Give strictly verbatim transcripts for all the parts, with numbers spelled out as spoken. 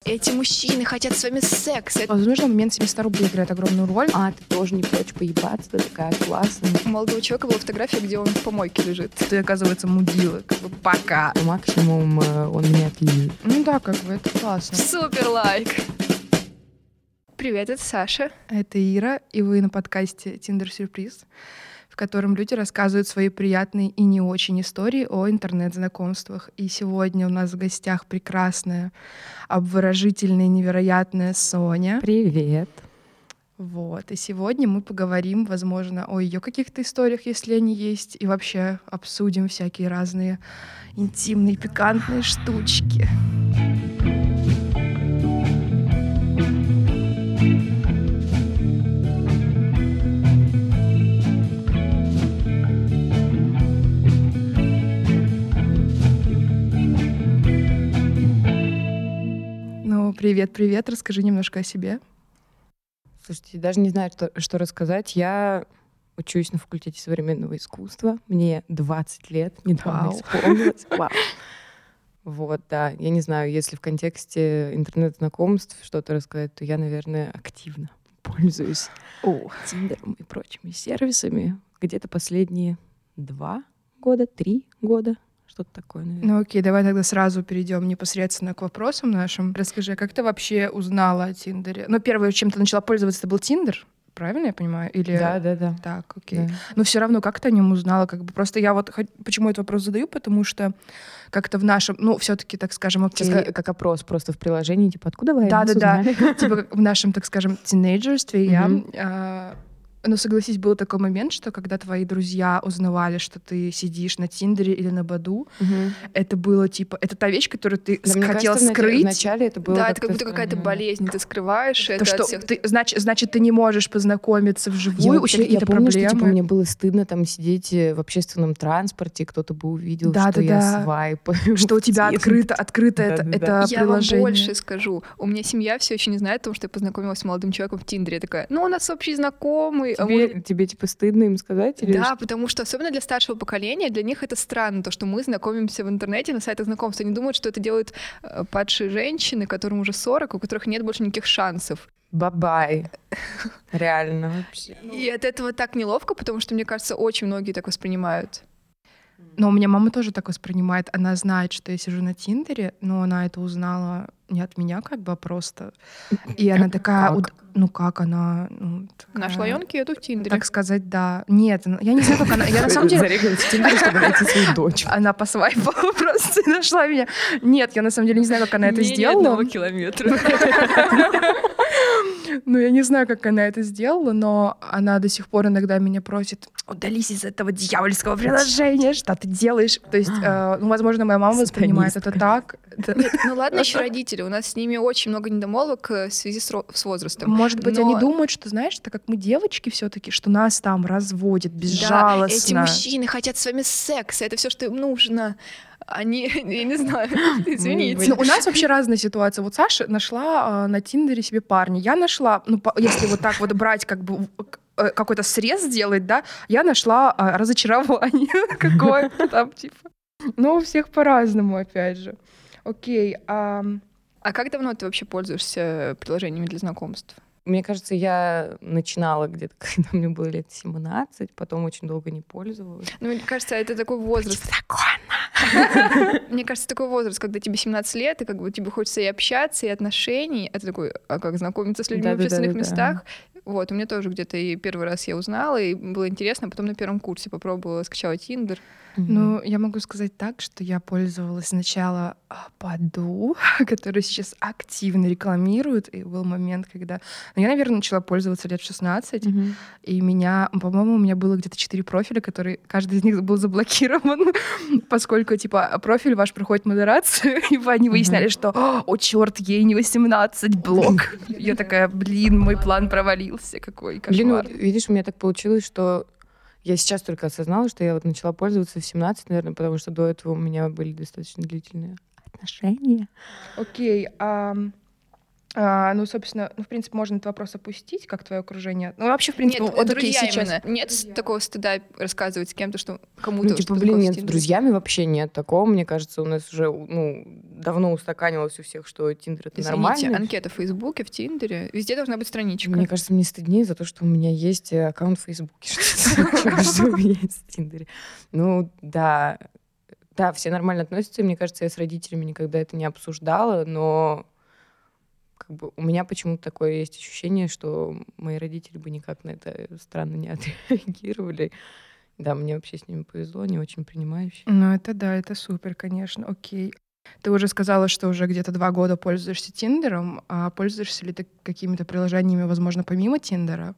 Эти мужчины хотят с вами секс. Это... Возможно, момент семьдесят рублей играет огромную роль. А, ты тоже не прочь поебаться, ты такая классная. У молодого человека была фотография, где он в помойке лежит. Ты, оказывается, мудила. Как бы пока. По максимум э, он меня отлижет. Ну да, как бы это классно. Супер лайк! Привет, это Саша. Это Ира, и вы на подкасте «Тиндер-сюрприз», в котором люди рассказывают свои приятные и не очень истории о интернет-знакомствах. И сегодня у нас в гостях прекрасная, обворожительная, невероятная Соня. Привет. Вот. И сегодня мы поговорим, возможно, о ее каких-то историях, если они есть, и вообще обсудим всякие разные интимные, пикантные штучки. Ну, привет-привет, расскажи немножко о себе. Слушайте, даже не знаю, что, что рассказать. Я учусь на факультете современного искусства. Мне двадцать лет, недавно Вау. исполнилось. Вау. Вот, да. Я не знаю, если в контексте интернет-знакомств что-то рассказать, то я, наверное, активно пользуюсь О, Тиндером и прочими сервисами. Где-то последние два года, три года. Что-то такое, наверное. ну окей, давай тогда сразу перейдем непосредственно к вопросам нашим. Расскажи, а как ты вообще узнала о Тиндере? Ну, первое, чем ты начала пользоваться, это был Тиндер, правильно я понимаю? Или... Да, да, да. Так, окей. Да. Но все равно, как ты о нем узнала? Как бы просто я вот хот- почему этот вопрос задаю, потому что как-то в нашем, ну, все-таки, так скажем, Сейчас окей. как, как опрос просто в приложении, типа, откуда вы о Да, нас да, да. узнали? Типа как в нашем, так скажем, тинейджерстве я. Мгм. а, Ну, согласись, был такой момент, что когда твои друзья узнавали, что ты сидишь на Тиндере или на Баду, Мгм. это было типа, это та вещь, которую ты Да, с- мне хотела кажется, в нач- скрыть. Вначале это было Да, это как-то как будто какая-то странно. болезнь, ты скрываешь То, это что от всех. ты, значит, значит, ты не можешь познакомиться Я вживую, у вообще, тебя я какие-то помню, что проблемы. типа, мне было стыдно там сидеть э, в общественном транспорте, кто-то бы увидел, Да, что да, я да. свайпаю. Что у тебя в Тиндер. открыто, открыто это, Да-да-да. это Я вам приложение. больше скажу. У меня семья все еще не знает о том, что я познакомилась с молодым человеком в Тиндере. Я такая, ну, у нас общий знакомый. а Тебе, мы- тебе типа стыдно им сказать? Или Да, что? потому что особенно для старшего поколения, для них это странно, то, что мы знакомимся в интернете на сайтах знакомств. Они думают, что это делают э, падшие женщины, которым уже сорок, у которых нет больше никаких шансов. Бабай. Реально вообще. И от этого так неловко, потому что, мне кажется, очень многие так воспринимают. Но у меня мама тоже так воспринимает. Она знает, что я сижу на Тиндере, но она это узнала не от меня, как бы, а просто. И она такая, Как? уд- ну как она... ну, такая, Нашла Ёнки, еду в Тиндере. Так сказать, да. Нет, ну, я не знаю, как она... Я на самом деле... Зарегалась в Тиндере, чтобы найти свою дочь. Она посвайпала просто и нашла меня. Нет, я на самом деле не знаю, как она это Менее сделала. одного километра. Ну, я не знаю, как она это сделала, но она до сих пор иногда меня просит: удались из этого дьявольского приложения, что ты делаешь? То есть, э, ну, возможно, моя мама воспринимает это так. Это- Ну ладно, еще родители. У нас с ними очень много недомолвок э, в связи с, ро- с возрастом. Может быть, Но- они думают, что, знаешь, так как мы девочки все-таки, что нас там разводят Да, безжалостно. эти мужчины хотят с вами секса, это все, что им нужно. Они, я не знаю, извините. Ну, у нас вообще разная ситуация. Вот Саша нашла а, на Тиндере себе парня. Я нашла, ну, по- если вот так вот брать, как бы в- к- э, какой-то срез сделать, да, я нашла а, разочарование какое-то там, типа. Ну, у всех по-разному, опять же. Окей. ам, А как давно ты вообще пользуешься приложениями для знакомств? Мне кажется, я начинала где-то, когда мне было лет семнадцать, потом очень долго не пользовалась. Ну, мне кажется, это такой возраст. Законно. Мне кажется, такой возраст, когда тебе семнадцать лет, и как бы тебе хочется и общаться, и отношений, а ты такой, а как знакомиться с людьми в общественных Да-да-да-да-да. местах? Вот, у меня тоже где-то и первый раз я узнала, и было интересно, а потом на первом курсе попробовала, скачала Тиндер. Ну, я могу сказать так, что я пользовалась сначала а, Баду, который сейчас активно рекламируют, и был момент, когда... Ну, я, наверное, начала пользоваться лет в шестнадцать, Мгм. и меня, по-моему, у меня было где-то четыре профиля, которые, каждый из них был заблокирован, поскольку, типа, профиль ваш проходит модерацию, и они выясняли, что, о, черт, ей не восемнадцать, блок. Я такая, блин, мой план провалился, какой Блин, ну, кошмар. вот видишь, у меня так получилось, что я сейчас только осознала, что я вот начала пользоваться в семнадцать, наверное, потому что до этого у меня были достаточно длительные отношения. Окей, ам, А, ну, собственно, ну, в принципе, можно этот вопрос опустить, как твое окружение. Ну, вообще, в принципе, Нет, вот друзья такие сейчас. именно. Нет Друзья. такого стыда рассказывать с кем-то, что кому-то Ну, типа, что блин, такое в нет, с Тиндере? друзьями вообще нет такого. Мне кажется, у нас уже ну, давно устаканилось у всех, что Тиндер — это Извините, нормально. анкета в Фейсбуке, в Тиндере. Везде должна быть страничка. Мне кажется, мне стыднее за то, что у меня есть э, аккаунт в Фейсбуке, что у меня есть в Тиндере. Ну, да. Да, все нормально относятся, и мне кажется, я с родителями никогда это не обсуждала, но как бы у меня почему-то такое есть ощущение, что мои родители бы никак на это странно не отреагировали. Да, мне вообще с ними повезло, они очень принимающие. Ну, это да, это супер, конечно, окей. Ты уже сказала, что уже где-то два года пользуешься Тиндером, а пользуешься ли ты какими-то приложениями, возможно, помимо Тиндера?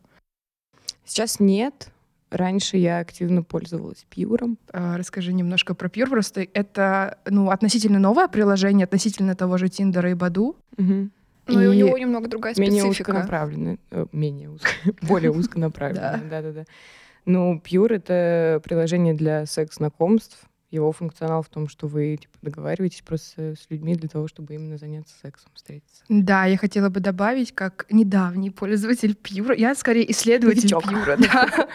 Сейчас нет. Раньше я активно пользовалась Пьюром. А, расскажи немножко про Pure. Просто это ну, относительно новое приложение, относительно того же Тиндера и Баду. Угу. Ну и, у него немного другая менее специфика. узконаправленная. э, Менее узко, более узконаправленная. Да-да-да. Ну, Pure — это приложение для секс-знакомств. Его функционал в том, что вы типа договариваетесь просто с людьми для того, чтобы именно заняться сексом, встретиться. Да, я хотела бы добавить, как недавний пользователь Pure. Я скорее исследователь Новичок. Pure, да.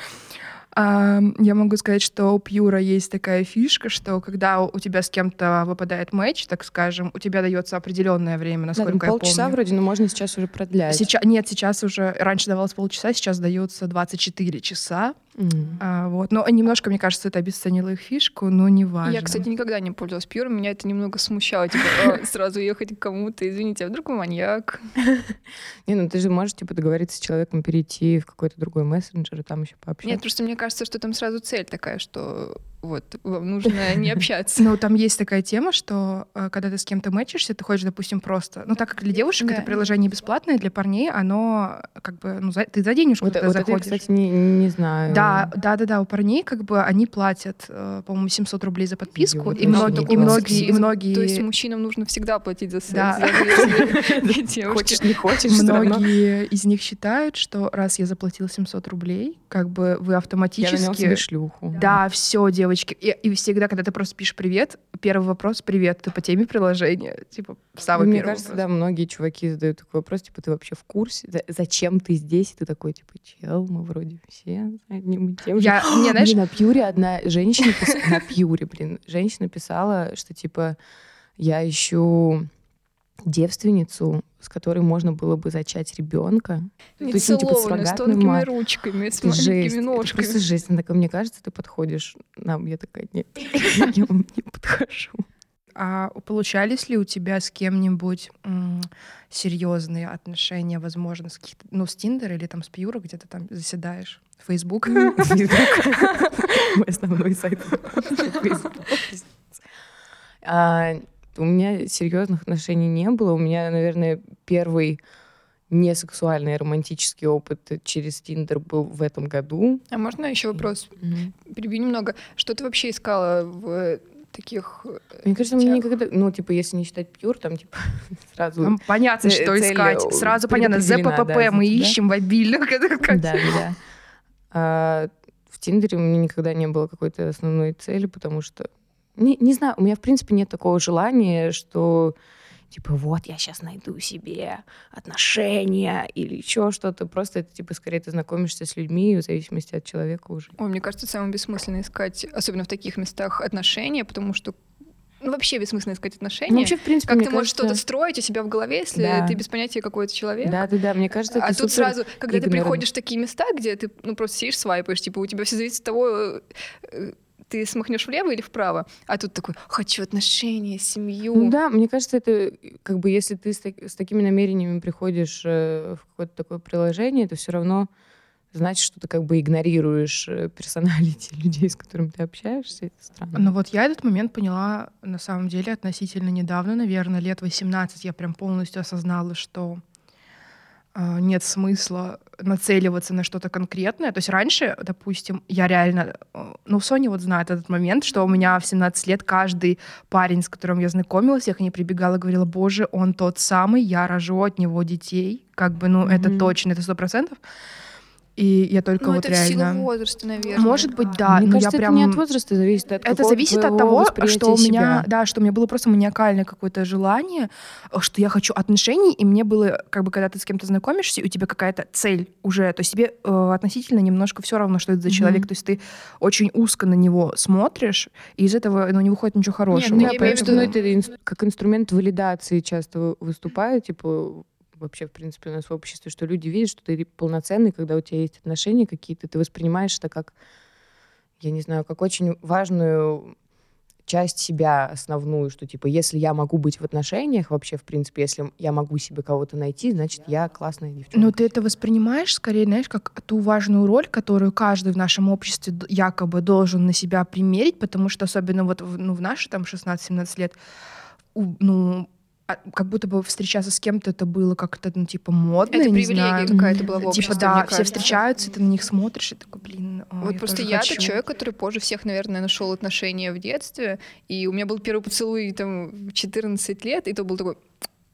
А, Я могу сказать, что у Пьюра есть такая фишка, что когда у тебя с кем-то выпадает матч, так скажем, у тебя дается определенное время, Да, там насколько я полчаса помню. вроде, но можно сейчас уже продлять. Сейчас, нет, сейчас уже, раньше давалось полчаса, сейчас дается двадцать четыре часа. М. А, вот. Но немножко, мне кажется, это обесценило их фишку, но не важно. Я, кстати, никогда не пользовалась Pure, меня это немного смущало, типа, «А, сразу ехать к кому-то, извините, а вдруг вы маньяк? Не, ну ты же можешь типа договориться с человеком перейти в какой-то другой мессенджер и там еще пообщаться. Нет, просто мне кажется, что там сразу цель такая, что вот, вам нужно не общаться. Ну, там есть такая тема, что э, когда ты с кем-то мэчишься, ты хочешь, допустим, просто... Ну, так как для девушек Да. это приложение бесплатное, для парней оно как бы... Ну, за- ты за денежку Вот, туда вот это я, заходишь. кстати, не, не знаю. Да, да, да, да. У парней как бы они платят, э, по-моему, семьсот рублей за подписку, Идиот, и, вообще многие, не и класс. многие, и Сексизм. многие, То есть мужчинам нужно всегда платить за секс, Да. даже если девушки. Хочешь, не хочешь, всё равно. многие из них считают, что раз я заплатил семьсот рублей, как бы вы Я автоматически... нанял себе шлюху. Да, все, девочки. И, и всегда, когда ты просто пишешь привет, первый вопрос привет, ты по теме приложения. Типа, самый Мне первый кажется, вопрос. да, многие чуваки задают такой вопрос, типа, ты вообще в курсе? За- Зачем ты здесь? И ты такой, типа, чел, мы вроде все одним и тем же. Я, не, знаешь, Блин, на Пьюре одна женщина писала, на Пьюре, блин, женщина писала, что, типа, я ищу девственницу, с которой можно было бы зачать ребенка. Не То есть, ну, типа, целованная, с суррогатный тонкими мать. ручками, с Это жесть, маленькими это ножками. просто жесть. Она такая, мне кажется, ты подходишь нам. Я такая, нет, я вам не подхожу. а получались ли у тебя с кем-нибудь м, серьезные отношения, возможно, с каких-то, ну, с Тиндера или там с Пьюра, где ты там заседаешь? Фейсбук? Мой основной сайт. А, У меня серьезных отношений не было. У меня, наверное, первый несексуальный романтический опыт через Тиндер был в этом году. А можно еще вопрос? Мгм. Перебью немного. Что ты вообще искала в таких... э, Мне кажется, мне сетях? никогда... Ну, типа, если не считать Пьюр, там, типа, сразу... Там понятно, Ц- что цель, искать. э, Сразу понятно, предопределена, ЗПП да, мы за тебя. ищем мобильных. Это как- Да, да. А в Тиндере у меня никогда не было какой-то основной цели, потому что... Не, не знаю, у меня, в принципе, нет такого желания, что типа вот я сейчас найду себе отношения или еще что-то. Просто это типа скорее ты знакомишься с людьми, и в зависимости от человека уже. Ой, мне кажется, самое бессмысленно искать, особенно в таких местах, отношения, потому что ну, вообще бессмысленно искать отношения. Ну, вообще, в принципе, как мне ты можешь кажется- что-то строить у себя в голове, если Да. ты без понятия какой то человек? Да-да-да, мне кажется, это А тут супер сразу, когда ты игнорно. приходишь в такие места, где ты ну, просто сидишь, свайпаешь, типа у тебя все зависит от того, э, ты смахнешь влево или вправо, а тут такой «хочу отношения, семью». Ну да, мне кажется, это как бы если ты с, так- с такими намерениями приходишь э, в какое-то такое приложение, это все равно значит, что ты как бы игнорируешь э, персоналити людей, с которыми ты общаешься. Это странно. Ну вот я этот момент поняла на самом деле относительно недавно, наверное, лет восемнадцать. Я прям полностью осознала, что э, нет смысла нацеливаться на что-то конкретное. То есть раньше, допустим, я реально... э, Ну, Соня вот знает этот момент, что у меня в семнадцать лет каждый парень, с которым я знакомилась, я к ней прибегала и говорила, боже, он тот самый, я рожу от него детей. Как бы, ну, это Мгм. точно, это сто процентов. И я только Ну, вот это в силу реально... возраста, наверное. Может быть, да. Мне но кажется, я это прям... не от возраста зависит, а от Это какого-то зависит от твоего того, восприятия что у меня, себя. да, что у меня было просто маниакальное какое-то желание, что я хочу отношений, и мне было, как бы, когда ты с кем-то знакомишься, у тебя какая-то цель уже, то есть тебе э, относительно немножко все равно, что это за Мгм. человек, то есть ты очень узко на него смотришь, и из этого ну, не выходит ничего хорошего. ну, Да, я имею в потому что ну, виду- это инс- как инструмент валидации часто вы- выступает, типа вообще, в принципе, у нас в обществе, что люди видят, что ты полноценный, когда у тебя есть отношения какие-то, ты воспринимаешь это как, я не знаю, как очень важную часть себя основную, что, типа, если я могу быть в отношениях вообще, в принципе, если я могу себе кого-то найти, значит, я классная девчонка. Но ты это воспринимаешь скорее, знаешь, как ту важную роль, которую каждый в нашем обществе д- якобы должен на себя примерить, потому что особенно вот в, ну, в наши там шестнадцать-семнадцать лет, у- ну, а, как будто бы встречаться с кем-то это было как-то, ну, типа, модно, Это я не привилегия знаю. какая-то была в Типа, обществе, да, мне все кажется. встречаются, ты на них смотришь и такой, блин, о, Вот я просто тоже я хочу. тот человек, который позже всех, наверное, нашел отношения в детстве, и у меня был первый поцелуй там в четырнадцать лет, и то был такой...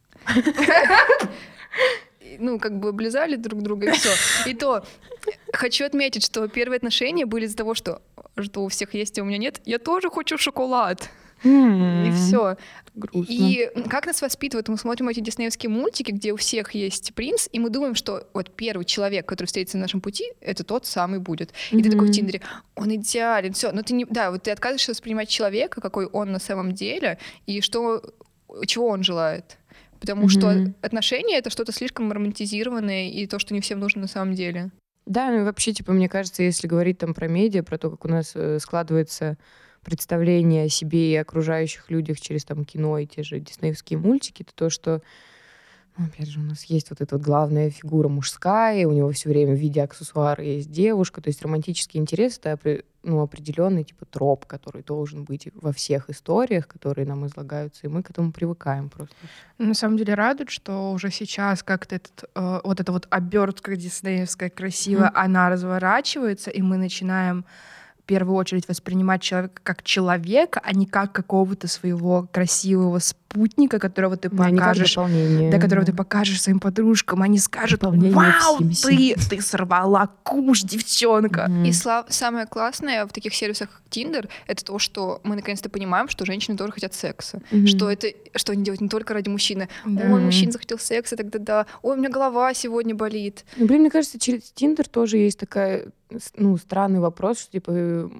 Ну, как бы облизали друг друга, и все. И то хочу отметить, что первые отношения были из-за того, что, что у всех есть, а у меня нет. Я тоже хочу шоколад. И все. Грустно. И как нас воспитывают? Мы смотрим эти диснеевские мультики, где у всех есть принц, и мы думаем, что вот первый человек, который встретится на нашем пути, это тот самый будет. И ты такой в Мгм. Тиндере, он идеален, все. Но ты не, да, вот ты отказываешься воспринимать человека, какой он на самом деле, и что, чего он желает. Потому Мгм. что отношения — это что-то слишком романтизированное, и то, что не всем нужно на самом деле. Да, ну и вообще, типа, мне кажется, если говорить там про медиа, про то, как у нас э, складывается представление о себе и окружающих людях через там кино и те же диснеевские мультики, то то, что, ну, опять же, у нас есть вот эта вот главная фигура мужская, у него все время в виде аксессуара есть девушка, то есть романтический интерес — это опре- ну, определенный типа троп, который должен быть во всех историях, которые нам излагаются, и мы к этому привыкаем просто. На самом деле радует, что уже сейчас как-то этот, э, вот эта вот обертка диснеевская красивая, Мгм. она разворачивается, и мы начинаем в первую очередь воспринимать человека как человека, а не как какого-то своего красивого спутника, которого ты Да, не как покажешь, дополнение. до которого да. ты покажешь своим подружкам, они скажут: Дополнение «Вау, в Симсе». ты, ты сорвала куш, девчонка!» Мгм. И слав- самое классное в таких сервисах, как Tinder, это то, что мы наконец-то понимаем, что женщины тоже хотят секса. Мгм. Что это, что они делают не только ради мужчины. Да. Ой, мужчина захотел секса, тогда да. Ой, у меня голова сегодня болит. Ну, блин, мне кажется, через Тиндер тоже есть такая, с- ну, странный вопрос, что, типа, э,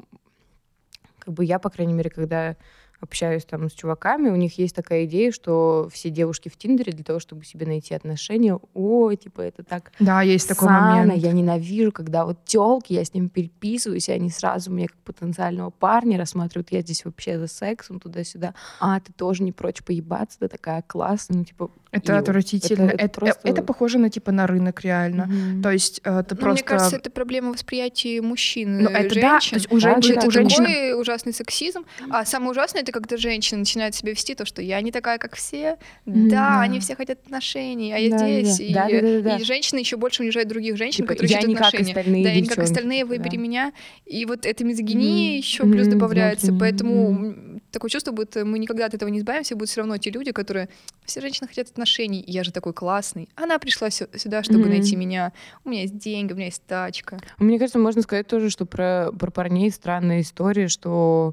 как бы я, по крайней мере, когда общаюсь там с чуваками, у них есть такая идея, что все девушки в Тиндере для того, чтобы себе найти отношения, о, типа, это так Да, есть такой ссано, момент. я ненавижу, когда вот тёлки, я с ним переписываюсь, и они сразу меня как потенциального парня рассматривают, я здесь вообще за сексом, туда-сюда, а, ты тоже не прочь поебаться, ты такая классная, ну, типа, Это ию. отвратительно. Это- Это, это просто- это похоже на типа на рынок реально. Мгм. То есть э, ты Но просто... мне кажется, это проблема восприятия мужчин Ну, и это да, женщин. то есть у Да, женщин, да, Это у да, женщин... такой ужасный сексизм. А самое ужасное — это когда женщина начинает себя вести то, что я не такая, как все. Мгм, Да, да. они все хотят отношений, а я Да, да, здесь. да. И, Да, да, да, да. и женщины еще больше унижают других женщин, Типа, которые я ищут не как отношения. остальные Да, я не как девчонки, остальные, типа, выбери да. меня. И вот эта мизогиния Мгм. еще плюс Мгм, добавляется. внутренне, Поэтому мгм. м, такое чувство, будто мы никогда от этого не избавимся, будут все равно те люди, которые... Все женщины хотят отношений, и я же такой классный. Она пришла сю- сюда, чтобы Мгм. найти меня. У меня есть деньги, у меня есть тачка. Мне кажется, можно сказать тоже, что про, про парней странная история, что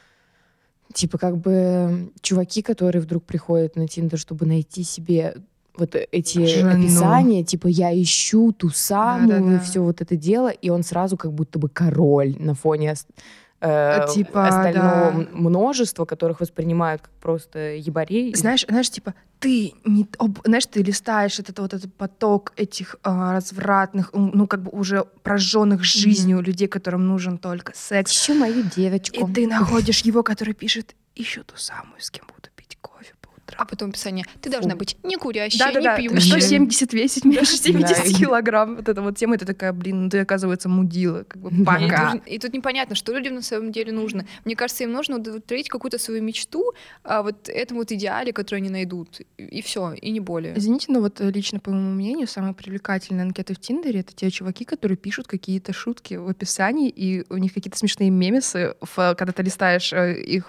типа как бы чуваки, которые вдруг приходят на Тиндер, чтобы найти себе вот эти Жену. описания, типа я ищу ту самую, Да-да-да. и все вот это дело, и он сразу как будто бы король на фоне ос- э, Типа, остального да. м- множества, которых воспринимают как просто ебарей. Знаешь, знаешь, типа, ты не... об- знаешь, ты листаешь этот вот этот поток этих а, развратных, м, ну, как бы уже прожженных жизнью людей, которым нужен только секс. Ищу мою И девочку. ты находишь его, который пишет: ищу ту самую, с кем буду пить кофе по утрам. А потом описание. Ты должна быть не курящая, Да-да-да, не пьющая. сто семьдесят весить, меньше семьдесят Да. килограмм. Вот эта вот тема, и ты такая, блин, ну ты, оказывается, мудила. Как бы, И, пока. тут- и тут непонятно, что людям на самом деле нужно. Мне кажется, им нужно удовлетворить какую-то свою мечту, а вот этому вот идеале, который они найдут. И все, и не более. Извините, но вот э, лично, по моему мнению, самые привлекательные анкеты в Тиндере — это те чуваки, которые пишут какие-то шутки в описании, и у них какие-то смешные мемесы, в- когда ты листаешь э, их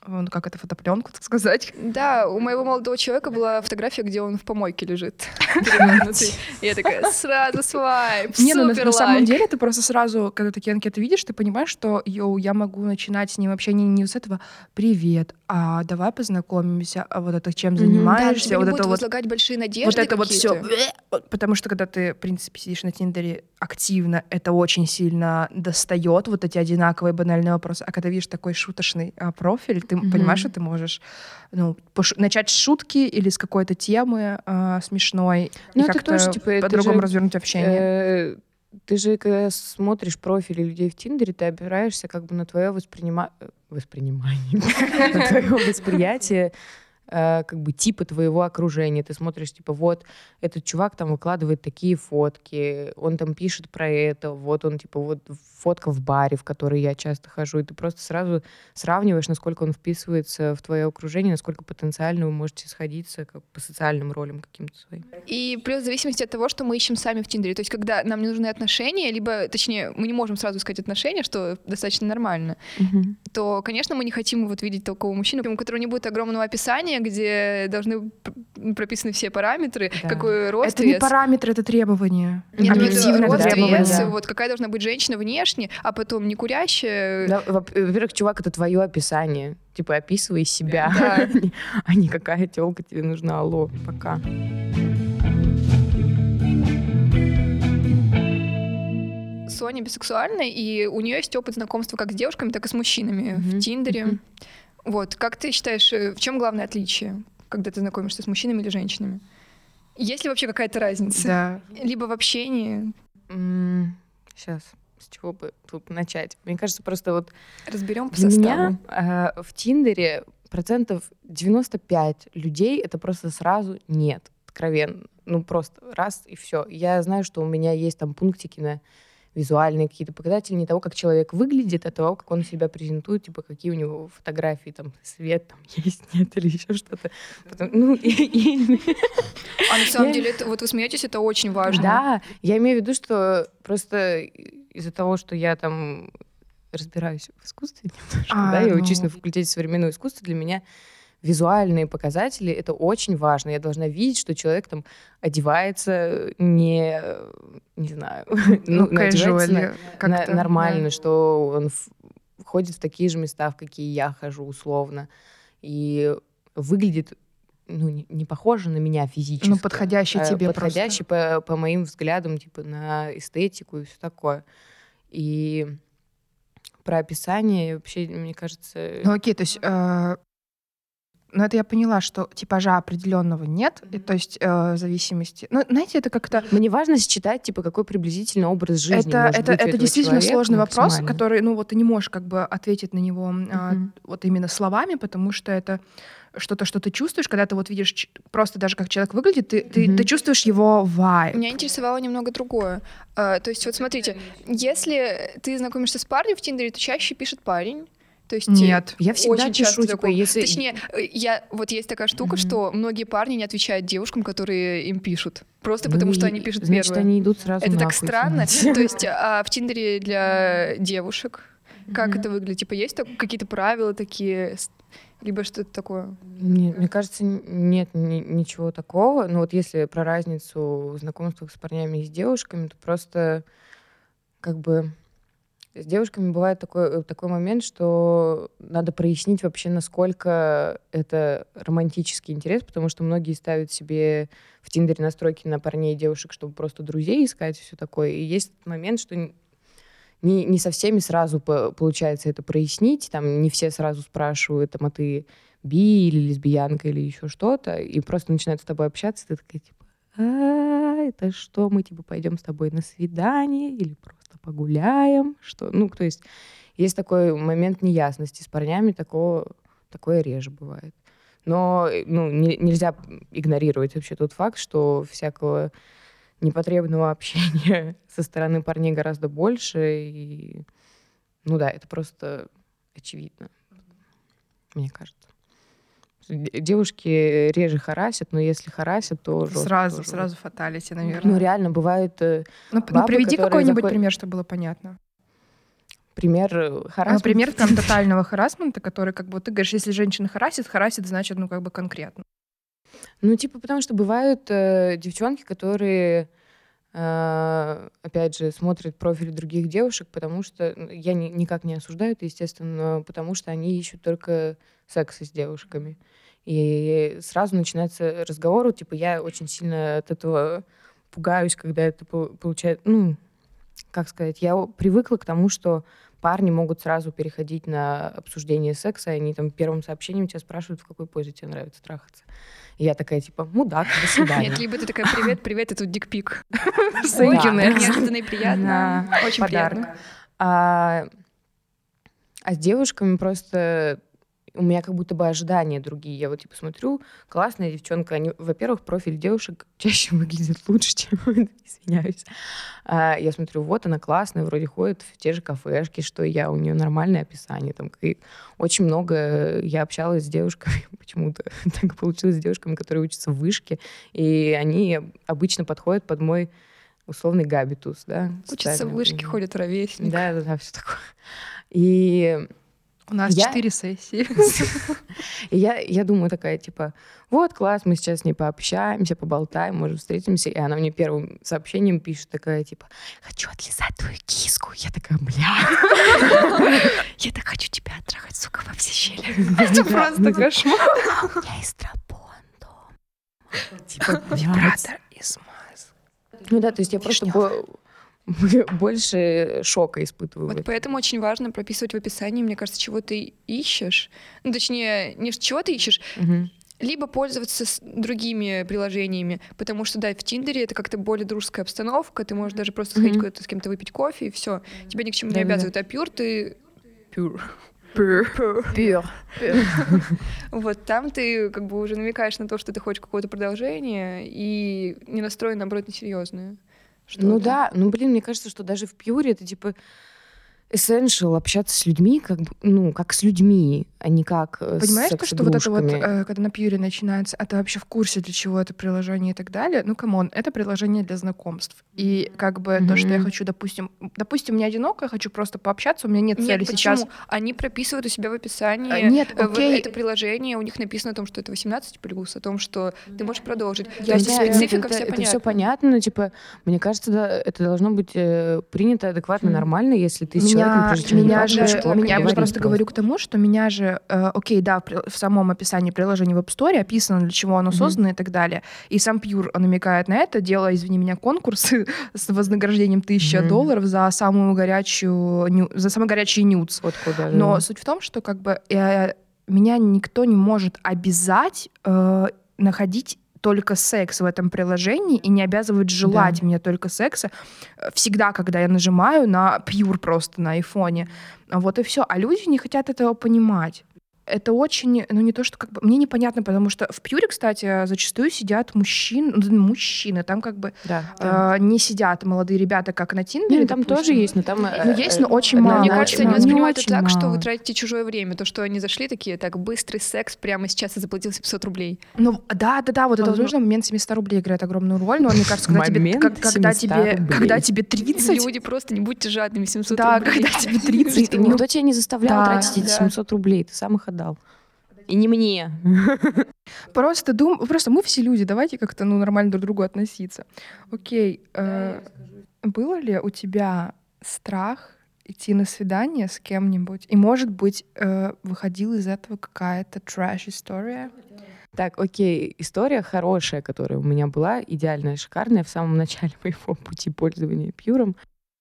ну, как это, фотопленку, так сказать. Да, у моего молодого человека была фотография, где он в помойке лежит, перевернутый. И я такая, сразу свайп, Не, ну на, супер на самом лайк. деле ты просто сразу, когда такие анкеты видишь, ты понимаешь, что, йоу, я могу начинать с ним вообще не, не с этого «Привет, а давай познакомимся, а вот это чем Мгм. Да, занимаешься?» тебе не Вот будет это вот, возлагать большие надежды вот это вот все. какие-то. Потому что когда ты, в принципе, сидишь на Тиндере активно, это очень сильно достает, вот эти одинаковые банальные вопросы. А когда видишь такой шуточный а, профиль, ты Мгм. понимаешь, что ты можешь ну, пош- начать с шутки или с какой-то темы а, смешной Ну, и это как-то тоже, типа, это по-другому же, развернуть общение. Э, Ты же, когда смотришь профили людей в Тиндере, ты опираешься как бы на твое воспринима... э, воспринимание, на твое восприятие э, как бы типа твоего окружения. Ты смотришь, типа, вот этот чувак там выкладывает такие фотки, он там пишет про это, вот он, типа, вот фотка в баре, в который я часто хожу, и ты просто сразу сравниваешь, насколько он вписывается в твое окружение, насколько потенциально вы можете сходиться как по социальным ролям каким-то своим. И плюс в зависимости от того, что мы ищем сами в Тиндере. То есть, когда нам не нужны отношения, либо, точнее, мы не можем сразу искать отношения, что достаточно нормально, то, конечно, мы не хотим вот видеть такого мужчину, у которого не будет огромного описания, где должны пр- прописаны все параметры, Да. какой рост, Это не вес. параметр, это требование. Нет, ну это Объективное рост, требование. вес, да. вот какая должна быть женщина внешне, а потом не курящая. Да, во- во-первых, чувак, это твое описание. Типа, описывай себя, Да. а не какая телка тебе нужна. Алло, пока. Соня бисексуальная, и у нее есть опыт знакомства как с девушками, так и с мужчинами Мгм. в Тиндере. Мгм. Вот, как ты считаешь, э, в чем главное отличие, когда ты знакомишься с мужчинами или женщинами? Есть ли вообще какая-то разница? Да. Либо в общении? Сейчас, с чего бы тут начать? Мне кажется, просто вот Разберем по для составу. меня э, в Тиндере процентов девяносто пять людей это просто сразу нет, откровенно. Ну, просто раз и все. Я знаю, что у меня есть там пунктики на визуальные какие-то показатели не того, как человек выглядит, а того, как он себя презентует, типа какие у него фотографии, там, свет там есть, нет, или еще что-то. Потом, ну, и- и- А на самом Я- деле, это, вот вы смеетесь, это очень важно. Да, я имею в виду, что просто из-за того, что я там разбираюсь в искусстве немножко, А, да, я ну. учусь на факультете современного искусства, для меня визуальные показатели — это очень важно. Я должна видеть, что человек там одевается не, не знаю, Ну, ну, одевается на- casually на- как-то, нормально, да. что он в- ходит в такие же места, в какие я хожу, условно, и выглядит ну, не, не похоже на меня физически. Ну, подходящий а тебе подходящий по, по моим взглядам, типа, на эстетику и все такое. И про описание вообще, мне кажется... Ну окей, то есть, э, ну это я поняла, что типажа определенного нет, и, то есть э, в зависимости. Ну, знаете, это как-то Мне важно считать, типа, какой приблизительно образ жизни это, может это, быть у это этого действительно человека сложный вопрос, максимально. который, ну вот ты не можешь как бы ответить на него а, Мгм. вот именно словами, потому что это что-то, что ты чувствуешь, когда ты вот видишь ч- просто даже как человек выглядит, ты, ты, Мгм. ты чувствуешь его вайб. Меня интересовало немного другое. А, то есть, вот смотрите, если ты знакомишься с парнем в Тиндере, то чаще пишет парень. То есть Нет. Я всегда очень часто пишу, типа, такое. если... Точнее, э, я вот есть такая штука, Мгм. что многие парни не отвечают девушкам, которые им пишут, просто Ну потому что и, они пишут значит, первые. они идут сразу Это так нахуй, странно. извините. То есть, а в Тиндере для девушек как Мгм. это выглядит? Типа есть так- какие-то правила такие, с- либо что-то такое? Мне, мне кажется, н- нет ни- ничего такого. Ну вот если про разницу в знакомствах с парнями и с девушками, то просто как бы с девушками бывает такой, э, такой момент, что надо прояснить вообще, насколько это романтический интерес, потому что многие ставят себе в Тиндере настройки на парней и девушек, чтобы просто друзей искать и все такое. И есть момент, что н- не, не со всеми сразу по- получается это прояснить. Там не все сразу спрашивают, там, а ты би или лесбиянка или еще что-то, и просто начинают с тобой общаться, и ты такая, типа, а, это что, мы, типа, пойдем с тобой на свидание или просто погуляем? Что? Ну, то есть есть такой момент неясности. С парнями такого, такое реже бывает. Но э, ну, не- нельзя игнорировать вообще тот факт, что всякого непотребного общения со стороны парней гораздо больше. И, ну да, это просто очевидно, мне кажется. Д- Девушки реже харасят, но если харасят, то жестко Сразу, тоже. сразу фаталити, наверное. Ну реально, бывает... э, Ну, п- ну, бабы, приведи которые какой-нибудь заходят- пример, чтобы было понятно. пример харассмента. Пример прям тотального харассмента, который, как бы, ты говоришь, если женщина харасит, харасит, значит, ну, как бы конкретно. Ну, типа, потому что бывают э, девчонки, которые, э, опять же, смотрят профили других девушек, потому что, я ни, никак не осуждаю это, естественно, но потому что они ищут только секса с девушками. И сразу начинается разговор, типа, я очень сильно от этого пугаюсь, когда это получается, ну, как сказать, я привыкла к тому, что парни могут сразу переходить на обсуждение секса, и они там первым сообщением тебя спрашивают, в какой позе тебе нравится трахаться. И я такая, типа, мудак, до свидания. Нет, либо ты такая, привет, привет, это тут дикпик. Ой, как неожиданно и приятно. Очень приятно. А с девушками просто у меня как будто бы ожидания другие. Я вот типа смотрю, классная девчонка. Они, во-первых, профиль девушек чаще выглядит лучше, чем... Извиняюсь. А, я смотрю, вот она классная, вроде ходит в те же кафешки, что и я. У нее нормальное описание. Там, и очень много я общалась с девушками, почему-то так получилось, с девушками, которые учатся в вышке, и они обычно подходят под мой условный габитус. Да, учатся в вышке, ходят ровесники. Да, да, да, все такое. И... У нас я... четыре сессии. И я, я думаю такая, типа, вот, класс, мы сейчас с ней пообщаемся, поболтаем, может, встретимся. И она мне первым сообщением пишет такая, типа, хочу отлизать твою киску. Я такая, бля. Я так хочу тебя оттрахать, сука, во все щели. Это просто кошмар. У меня есть тропон дома. Типа, вибратор из масок. Ну да, то есть я просто... больше шока испытываю. Вот поэтому очень важно прописывать в описании, мне кажется, чего ты ищешь. Ну, точнее, не чего ты ищешь, угу. либо пользоваться с другими приложениями, потому что, да, в Тиндере это как-то более дружеская обстановка, ты можешь даже просто сходить угу. куда-то с кем-то выпить кофе, и все. Тебя ни к чему да, не обязывают. Да. А Pure ты... Pure. Pure. Pure. Pure. Вот там ты как бы уже намекаешь на то, что ты хочешь какое-то продолжение, и не настроен, наоборот, несерьезное. Что-то. Ну да, ну блин, мне кажется, что даже в Пьюре это типа essential общаться с людьми, как бы, ну, как с людьми, а не как Понимаешь, с секс-игрушками. что вот это вот, э, когда на Пьюре начинается, а ты вообще в курсе, для чего это приложение и так далее? Ну, камон, это приложение для знакомств. И как бы mm-hmm. то, что я хочу, допустим, допустим, мне одиноко, я хочу просто пообщаться, у меня нет, нет цели почему? сейчас. Они прописывают у себя в описании а, нет, окей. это приложение, у них написано о том, что это восемнадцать плюс, о том, что ты можешь продолжить. Я то есть да, специфика это, вся это понятна. Все понятно, но типа, мне кажется, да, это должно быть э, принято адекватно, mm. нормально, если ты с меня, человеком, прежде чем меня же, что, меня, я просто говорю к тому, что меня же, э, окей, да, в, в самом описании приложения в App Store описано, для чего оно mm-hmm. создано и так далее. И сам Pure намекает на это, делая, извини меня, конкурсы с вознаграждением тысяча mm-hmm. долларов за самую горячую, ню, за самый горячий нюц. Вот куда, Но да. суть в том, что как бы э, меня никто не может обязать э, находить только секс в этом приложении и не обязывает желать да. мне только секса всегда, когда я нажимаю на Pure просто на айфоне. Вот и все. А люди не хотят этого понимать. Это очень, ну не то, что как бы... Мне непонятно, потому что в Пьюре, кстати, зачастую сидят мужчин, мужчины. Там как бы да, э, да. не сидят молодые ребята, как на Тиндере. Нет, там тоже есть, но там... Ну есть, но очень мало. Мне кажется, они воспринимают это так, мало. что вы тратите чужое время. То, что они зашли такие, так, быстрый секс, прямо сейчас я заплатил семьсот рублей. Ну да, да, да, вот это, возможно, момент семьсот рублей играет огромную роль, но мне кажется, когда тебе, как, когда тебе, когда тебе тридцать... Люди, просто не будьте жадными, семьсот да, рублей. Да, когда тебе тридцать... Никто тебя не заставлял тратить эти семьсот рублей, ты сам их отдал. И не мне. Просто дум... просто мы все люди, давайте как-то ну, нормально друг к другу относиться. Окей, э, было ли у тебя страх идти на свидание с кем-нибудь? И, может быть, э, выходила из этого какая-то трэш-история? Так, окей, история хорошая, которая у меня была, идеальная, шикарная, в самом начале моего пути пользования Пьюром.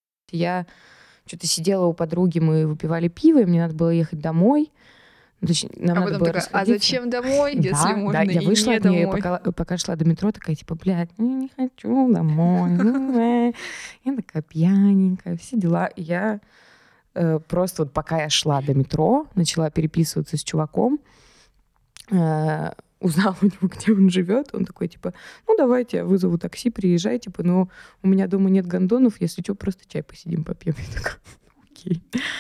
Я что-то сидела у подруги, мы выпивали пиво, и мне надо было ехать домой. Точнее, нам а надо было такая, а зачем домой, если да, можно да, я и вышла не от нее, домой? Пока, пока шла до метро, такая, типа, блядь, ну, не хочу домой. Я такая пьяненькая, все дела. И я э, просто вот пока я шла до метро, начала переписываться с чуваком, э, узнала у него, где он живет. Он такой, типа, ну, давайте я вызову такси, приезжай, типа, но у меня дома нет гондонов, если что, просто чай посидим, попьем. Я такая, окей.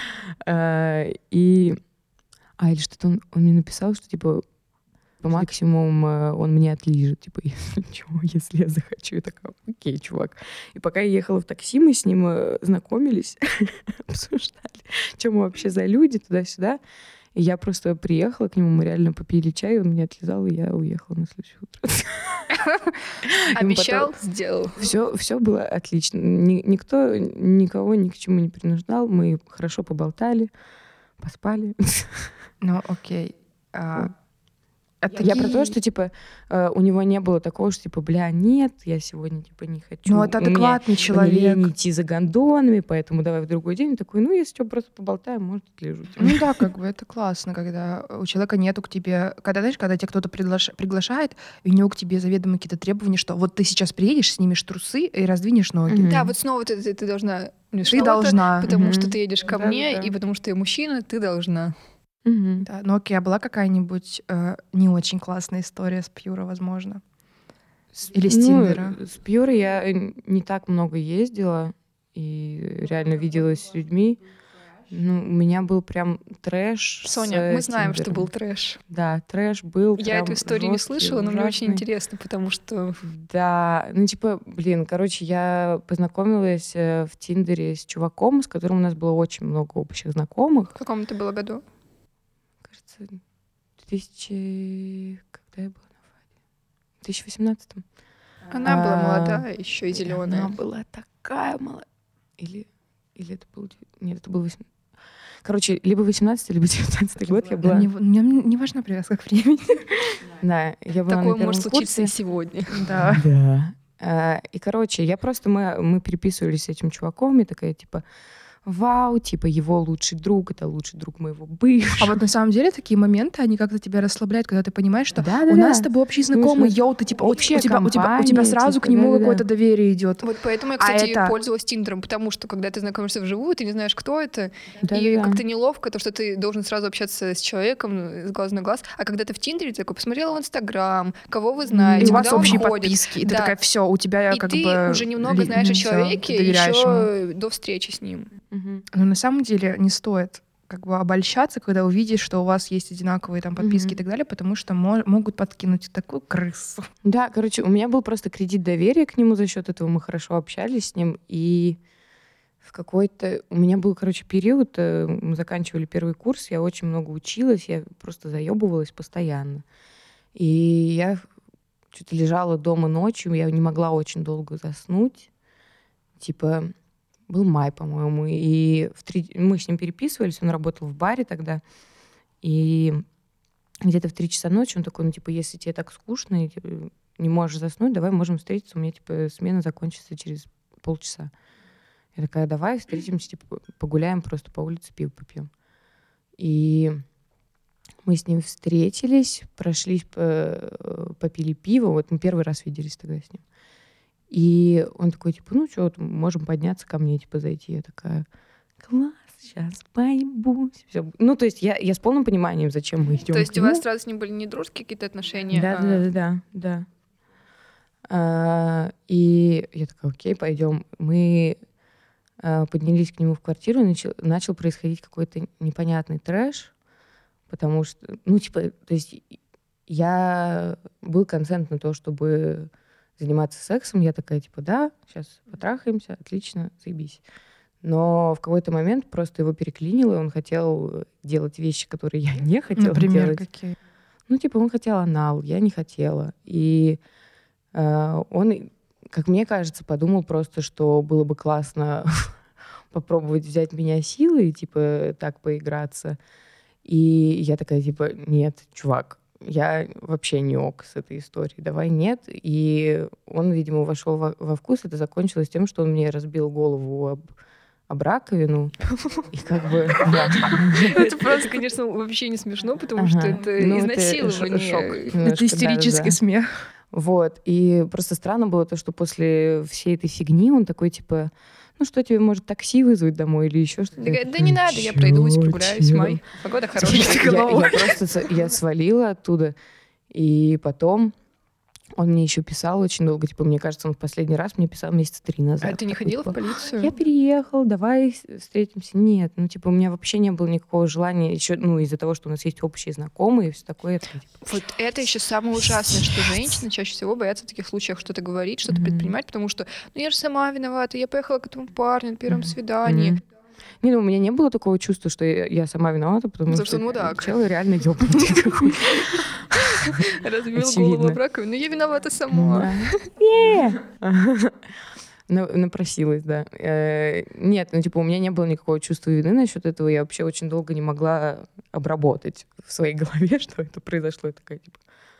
Э, и... А, или что-то он, он мне написал, что, типа, по максимуму он мне отлижет, типа, если что, если я захочу. Я такая, окей, чувак. И пока я ехала в такси, мы с ним э, знакомились, обсуждали, что мы вообще за люди, туда-сюда. И я просто приехала к нему, мы реально попили чай, он меня отлизал, и я уехала на следующее утро. Обещал, сделал. Все, все было отлично. Ни- никто никого ни к чему не принуждал. Мы хорошо поболтали, поспали. Ну, окей. А, а Я про такие- то, что, типа, э, у него не было такого, что, типа, бля, нет, я сегодня, типа, не хочу. Ну, это У меня адекватный мне человек. лень идти за гондонами, поэтому давай в другой день. Он такой, ну, если что, просто поболтаем, может, отлежу тебя. Ну да, как бы это классно, когда у человека нету к тебе... Когда, знаешь, когда тебя кто-то приглаш- приглашает, и у него к тебе заведомо какие-то требования, что вот ты сейчас приедешь, снимешь трусы и раздвинешь ноги. Мгм. Да, вот снова ты, ты, ты должна... не Ты снова-то, должна. Потому Мгм. что ты едешь ко Да, мне, да, да. и потому что я мужчина, ты должна. Мгм. Да, ну окей, а была какая-нибудь э, не очень классная история с Пьюра, возможно? Или с Ну, Тиндера? с Пьюра я э, не так много ездила и реально виделась с людьми. Ну, у меня был прям трэш Соня, с мы знаем, что Тиндером. был трэш. Да, трэш был Я прям эту историю не жёсткий, слышала, но мне очень ужасный. интересно, потому что... Да, ну типа, блин, короче, я познакомилась э, в Тиндере с чуваком, с которым у нас было очень много общих знакомых. В каком это было году? Кажется, в две тысячи... Когда я была на Фаде? В две тысячи восемнадцатом. Она была А, молодая, еще и И зеленая. Она была такая молодая. Или, или это был... дев- Нет, это был восемнадцатый. Короче, либо восемнадцатый, либо девятнадцатый год я была... Не, мне не важна привязка к времени. Да, я была Такое на первом может случиться и курсе. сегодня. Да. Да. А, И, короче, я просто, мы, мы переписывались с этим чуваком, и такая, типа, вау, типа, его лучший друг, это лучший друг моего бывшего. А вот на самом деле такие моменты, они как-то тебя расслабляют, когда ты понимаешь, что Да-да-да. у нас с тобой общий знакомый, что йоу, ты типа, у, у общая тебя, у, тебя, у тебя компания, сразу к типа, нему да-да-да. какое-то доверие идет. Вот поэтому я, А кстати, это- пользовалась Тиндером, потому что когда ты знакомишься вживую, ты не знаешь, кто это, и Да-да-да. как-то неловко, то, что ты должен сразу общаться с человеком с глаза на глаз. А когда ты в Тиндере, ты такой посмотрела в Инстаграм, кого вы знаете, И у вас куда он общие ходит. подписки, и ты Да. такая, все, у тебя И как ты бы... уже немного ли- знаешь о всё, человеке ты доверяешь ему. еще до встречи с ним. Мгм. Но на самом деле не стоит как бы обольщаться, когда увидишь, что у вас есть одинаковые там подписки Мгм. и так далее, потому что мо- могут подкинуть такую крысу. Да, короче, у меня был просто кредит доверия к нему, за счет этого мы хорошо общались с ним, и в какой-то... У меня был, короче, период, э, мы заканчивали первый курс, я очень много училась, я просто заебывалась постоянно. И я что-то лежала дома ночью, я не могла очень долго заснуть. Типа, был май, по-моему, и в три... мы с ним переписывались, он работал в баре тогда, и где-то в три часа ночи он такой, ну, типа, если тебе так скучно и типа, не можешь заснуть, давай можем встретиться, у меня, типа, смена закончится через полчаса. Я такая, давай встретимся, типа, погуляем просто по улице, пиво попьем. И мы с ним встретились, прошлись, по- попили пиво, вот мы первый раз виделись тогда с ним. И он такой, типа, ну что, можем подняться ко мне, типа, зайти. Я такая, класс, сейчас поебусь. Всё. Ну, то есть я, я с полным пониманием, зачем мы идем. То есть у вас сразу с ним были не дружеские какие-то отношения? Да, а- да, да, да, да. А, и я такая, окей, пойдем. Мы а, поднялись к нему в квартиру, и начал, начал происходить какой-то непонятный трэш, потому что, ну, типа, то есть я был консент на то, чтобы заниматься сексом. Я такая, типа, да, сейчас потрахаемся, отлично, заебись. Но в какой-то момент просто его переклинило, и он хотел делать вещи, которые я не хотела Например, делать. какие? Ну, типа, он хотел анал, я не хотела. И э, он, как мне кажется, подумал просто, что было бы классно попробовать взять меня силой, типа, так поиграться. И я такая, типа, нет, чувак, я вообще не ок с этой историей, давай нет. И он, видимо, вошел во, во вкус. Это закончилось тем, что он мне разбил голову об, об раковину. И как бы, да. Это просто, конечно, вообще не смешно, потому что Ага. это Ну, это изнасилование. ш- шок Это немножко, истерический да-да-да. смех. Вот. И просто странно было то, что после всей этой фигни он такой, типа, ну что тебе, может, такси вызвать домой или еще что-то? Такая, да не надо, я пройдусь, Чё, прогуляюсь, чё? май. Погода Я, хорошая. я просто с- я свалила оттуда. И потом Он мне еще писал очень долго, типа, мне кажется, он в последний раз мне писал месяца три назад. А ты не Такой, ходила типа, в полицию? Я переехал, давай встретимся. Нет, ну, типа, у меня вообще не было никакого желания, еще, ну, из-за того, что у нас есть общие знакомые и все такое. Это, типа, Вот это еще самое ужасное, что женщины чаще всего боятся в таких случаях что-то говорить, что-то Мгм. предпринимать, потому что, ну, я же сама виновата, я поехала к этому парню на первом Мгм. свидании. Мгм. Не, ну, у меня не было такого чувства, что я, я сама виновата, потому, Потому что что он мудак. чел реально ёбнутый какой-то. Разбил Очевидно. голову об раковину, ну, я виновата сама. Да. Не. На- Напросилась, да. Э, Нет, ну, типа, у меня не было никакого чувства вины насчет этого. Я вообще очень долго не могла обработать в своей голове, что это произошло. Я такая, типа,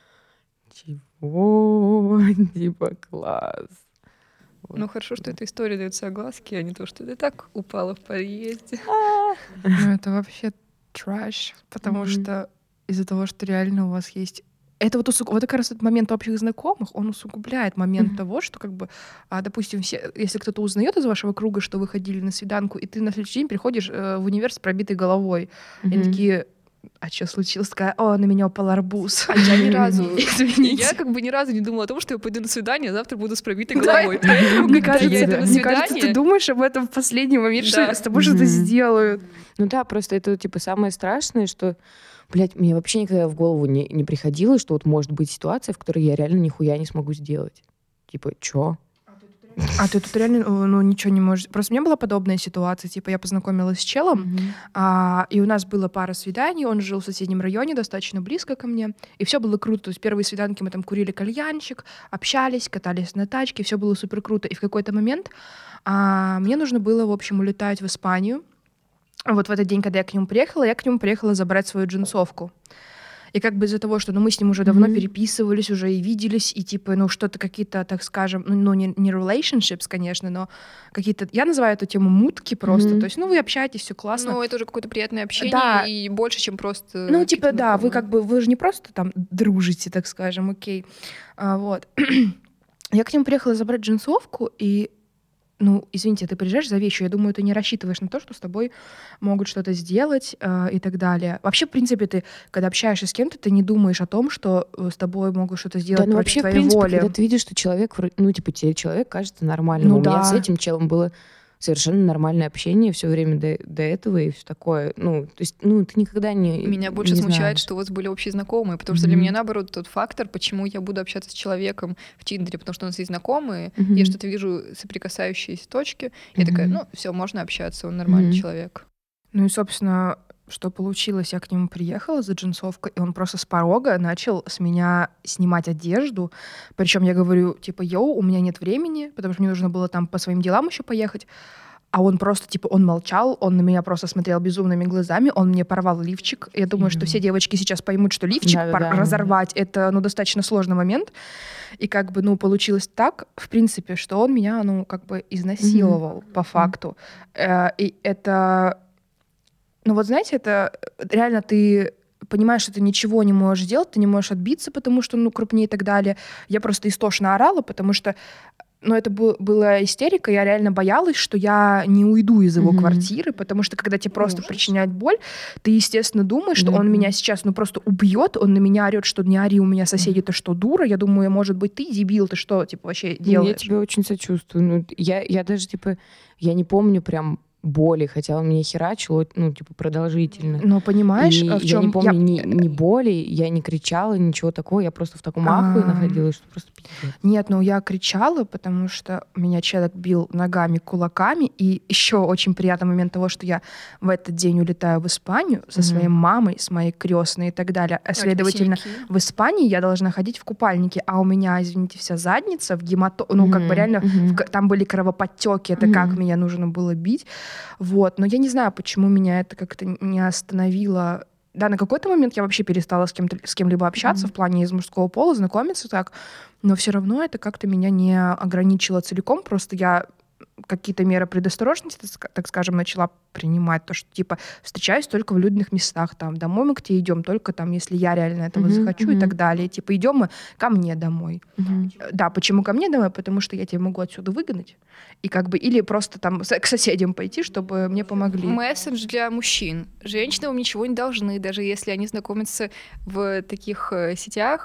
чего? Типа, класс. Вот. Ну, хорошо, что эта история дается огласке, а не то, что ты так упала в подъезде. Ну, это вообще трэш, потому Мгм. что из-за того, что реально у вас есть... Это вот, усуг... вот как раз этот момент общих знакомых, он усугубляет момент Мгм. того, что как бы, а, допустим, все, если кто-то узнает из вашего круга, что вы ходили на свиданку, и ты на следующий день приходишь э, в универ с пробитой головой, и они Мгм. такие, а что случилось? Такая, о, на меня упал арбуз. А я ни разу... Извините. Я как бы ни разу не думала о том, что я пойду на свидание, а завтра буду с пробитой Да, головой. Поэтому, Мне когда кажется, я иду на мне кажется, ты свидание... думаешь об этом в последний момент, что Да. с тобой что-то Мгм. сделают. Ну да, просто это, типа, самое страшное, что, блядь, мне вообще никогда в голову не, не приходило, что вот может быть ситуация, в которой я реально нихуя не смогу сделать. Типа, чё? А ты тут реально, э, ну, ничего не можешь... Просто у меня была подобная ситуация. Типа, я познакомилась с челом, а, и у нас было пара свиданий, он жил в соседнем районе, достаточно близко ко мне, и все было круто. То есть первые свиданки мы там курили кальянчик, общались, катались на тачке, все было супер круто. И в какой-то момент а, мне нужно было, в общем, улетать в Испанию. Вот в этот день, когда я к нему приехала, я к нему приехала забрать свою джинсовку. И как бы из-за того, что ну, мы с ним уже давно Мгм. переписывались, уже и виделись, и типа, ну, что-то какие-то, так скажем, ну, ну, не, не relationships, конечно, но какие-то, я называю эту тему мутки просто, Мгм. то есть, ну, вы общаетесь, все классно. Ну, это уже какое-то приятное общение, Да. и больше, чем просто... Ну, типа, какие-то да, вы знакомые. как бы, вы же не просто там дружите, так скажем, окей. А, вот. Я к нему приехала забрать джинсовку, и, ну, извините, ты приезжаешь за вещью, я думаю, ты не рассчитываешь на то, что с тобой могут что-то сделать э, и так далее. Вообще, в принципе, ты, когда общаешься с кем-то, ты не думаешь о том, что э, с тобой могут что-то сделать Да, ну против вообще, в твоей принципе, воли. когда ты видишь, что человек, вроде- ну, типа, тебе человек кажется нормальным. Ну У меня да. с этим челом было совершенно нормальное общение все время до, до этого и все такое. Ну, то есть, ну, ты никогда не Меня больше не смущает, знаешь. что у вас были общие знакомые, потому что для Мгм. меня, наоборот, тот фактор, почему я буду общаться с человеком в Тиндере, потому что у нас есть знакомые, Мгм. я что-то вижу соприкасающиеся точки, я такая, Мгм. ну, все, можно общаться, он нормальный Мгм. человек. Ну и, собственно, что получилось, я к нему приехала за джинсовкой, и он просто с порога начал с меня снимать одежду. Причем я говорю, типа, йоу, у меня нет времени, потому что мне нужно было там по своим делам еще поехать. А он просто, типа, он молчал, он на меня просто смотрел безумными глазами, он мне порвал лифчик. Я думаю, что Ё. все девочки сейчас поймут, что лифчик пор- Да-да-да. разорвать — это, ну, достаточно сложный момент. И как бы, ну, получилось так, в принципе, что он меня, ну, как бы изнасиловал по факту. Э, И это... Ну вот знаете, это реально ты понимаешь, что ты ничего не можешь делать, ты не можешь отбиться, потому что, ну, крупнее и так далее. Я просто истошно орала, потому что, ну, это был, была истерика, я реально боялась, что я не уйду из его Мгм. квартиры, потому что, когда тебе просто Ужас. причиняют боль, ты, естественно, думаешь, что Да. он меня сейчас, ну, просто убьет, он на меня орет, что не ори, у меня соседи, ты что, дура? Я думаю, может быть, ты дебил, ты что, типа, вообще Ну, делаешь? я тебе очень сочувствую. Ну, я, я даже, типа, я не помню прям боли, хотя он меня херачил, ну, типа, продолжительно. Но понимаешь, И в я чем не помню ни, ни боли, я не кричала, ничего такого, я просто в таком ахуе А. находилась, что просто пиздец. Нет, ну я кричала, потому что меня человек бил ногами, кулаками. И еще очень приятный момент того, что я в этот день улетаю в Испанию со Мгм. своей мамой, с моей крестной и так далее. А А у тебя следовательно, синяки? в Испании я должна ходить в купальнике, а у меня, извините, вся задница в гемато... Ну, как бы Мгм, реально, мгм. в ка- там были кровоподтеки, это как Мгм. меня нужно было бить. Вот. Но я не знаю, почему меня это как-то не остановило. Да, на какой-то момент я вообще перестала с, кем-то, с кем-либо общаться Мгм. в плане из мужского пола, знакомиться так, но все равно это как-то меня не ограничило целиком, просто я какие-то меры предосторожности, так ска- так скажем, начала принимать. То, что, типа, встречаюсь только в людных местах, там, домой мы к тебе идем только там, если я реально этого Мгм, захочу и мгм. так далее. Типа, идем мы ко мне домой. Мгм. Э, Да, почему ко мне домой? Потому что я тебя могу отсюда выгнать. И как бы, или просто там с- к соседям пойти, чтобы мне помогли. Месседж для мужчин. Женщины вам ничего не должны, даже если они знакомятся в таких э, сетях,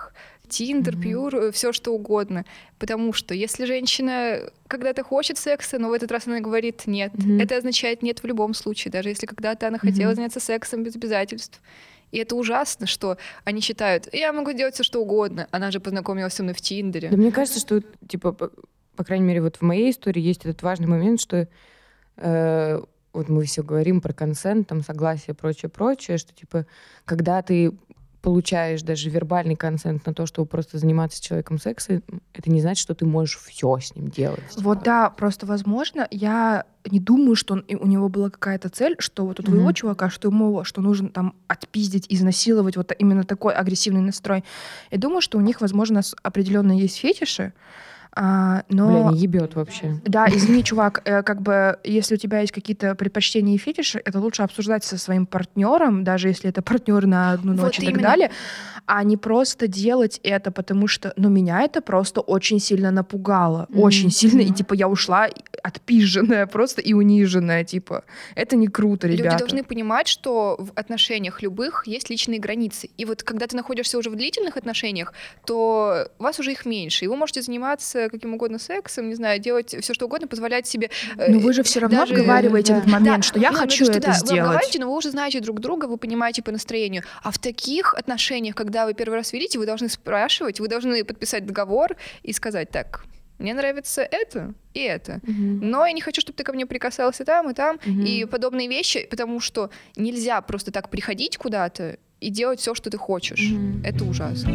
Тиндер, Мгм. Пьюр, все что угодно. Потому что если женщина когда-то хочет секса, но в этот раз она говорит нет, Мгм. это означает нет в любом случае, даже если когда-то она хотела Мгм. заняться сексом без обязательств. И это ужасно, что они считают, я могу делать все что угодно. Она же познакомилась со мной в Тиндере. Да мне кажется, что, типа, по, по крайней мере, вот в моей истории есть этот важный момент, что э, вот мы все говорим про консент, там, согласие, прочее, прочее, что, типа, когда ты получаешь даже вербальный консент на то, чтобы просто заниматься с человеком сексом, это не значит, что ты можешь все с ним делать. Вот типа. да, просто возможно, я не думаю, что он- и у него была какая-то цель, что вот у твоего Мгм. чувака, что ему, что нужно там отпиздить, изнасиловать, вот именно такой агрессивный настрой. Я думаю, что у них, возможно, с- определенно есть фетиши, а, но... Бля, не ебет вообще. Да, извини, чувак, э, как бы, если у тебя есть какие-то предпочтения и фетиши, это лучше обсуждать со своим партнером, даже если это партнер на одну Вот ночь и так именно. далее, а не просто делать это, потому что, ну, меня это просто очень сильно напугало, Мгм, очень сильно, и, мгм. типа, я ушла отпизженная просто и униженная, типа, это не круто, Люди ребята. должны понимать, что в отношениях любых есть личные границы. И вот когда ты находишься уже в длительных отношениях, то у вас уже их меньше. И вы можете заниматься каким угодно сексом, не знаю, делать все что угодно, позволять себе... э, Но вы же все равно даже- обговариваете Да. этот момент, Да, что я ну, хочу ну, что это да, Вы сделать. обговариваете, но вы уже знаете друг друга, вы понимаете по настроению. А в таких отношениях, когда вы первый раз видите, вы должны спрашивать, вы должны подписать договор и сказать, так, мне нравится это и это. Мгм. Но я не хочу, чтобы ты ко мне прикасался там и там, Мгм. и подобные вещи, потому что нельзя просто так приходить куда-то и делать все, что ты хочешь. Мгм. Это ужасно.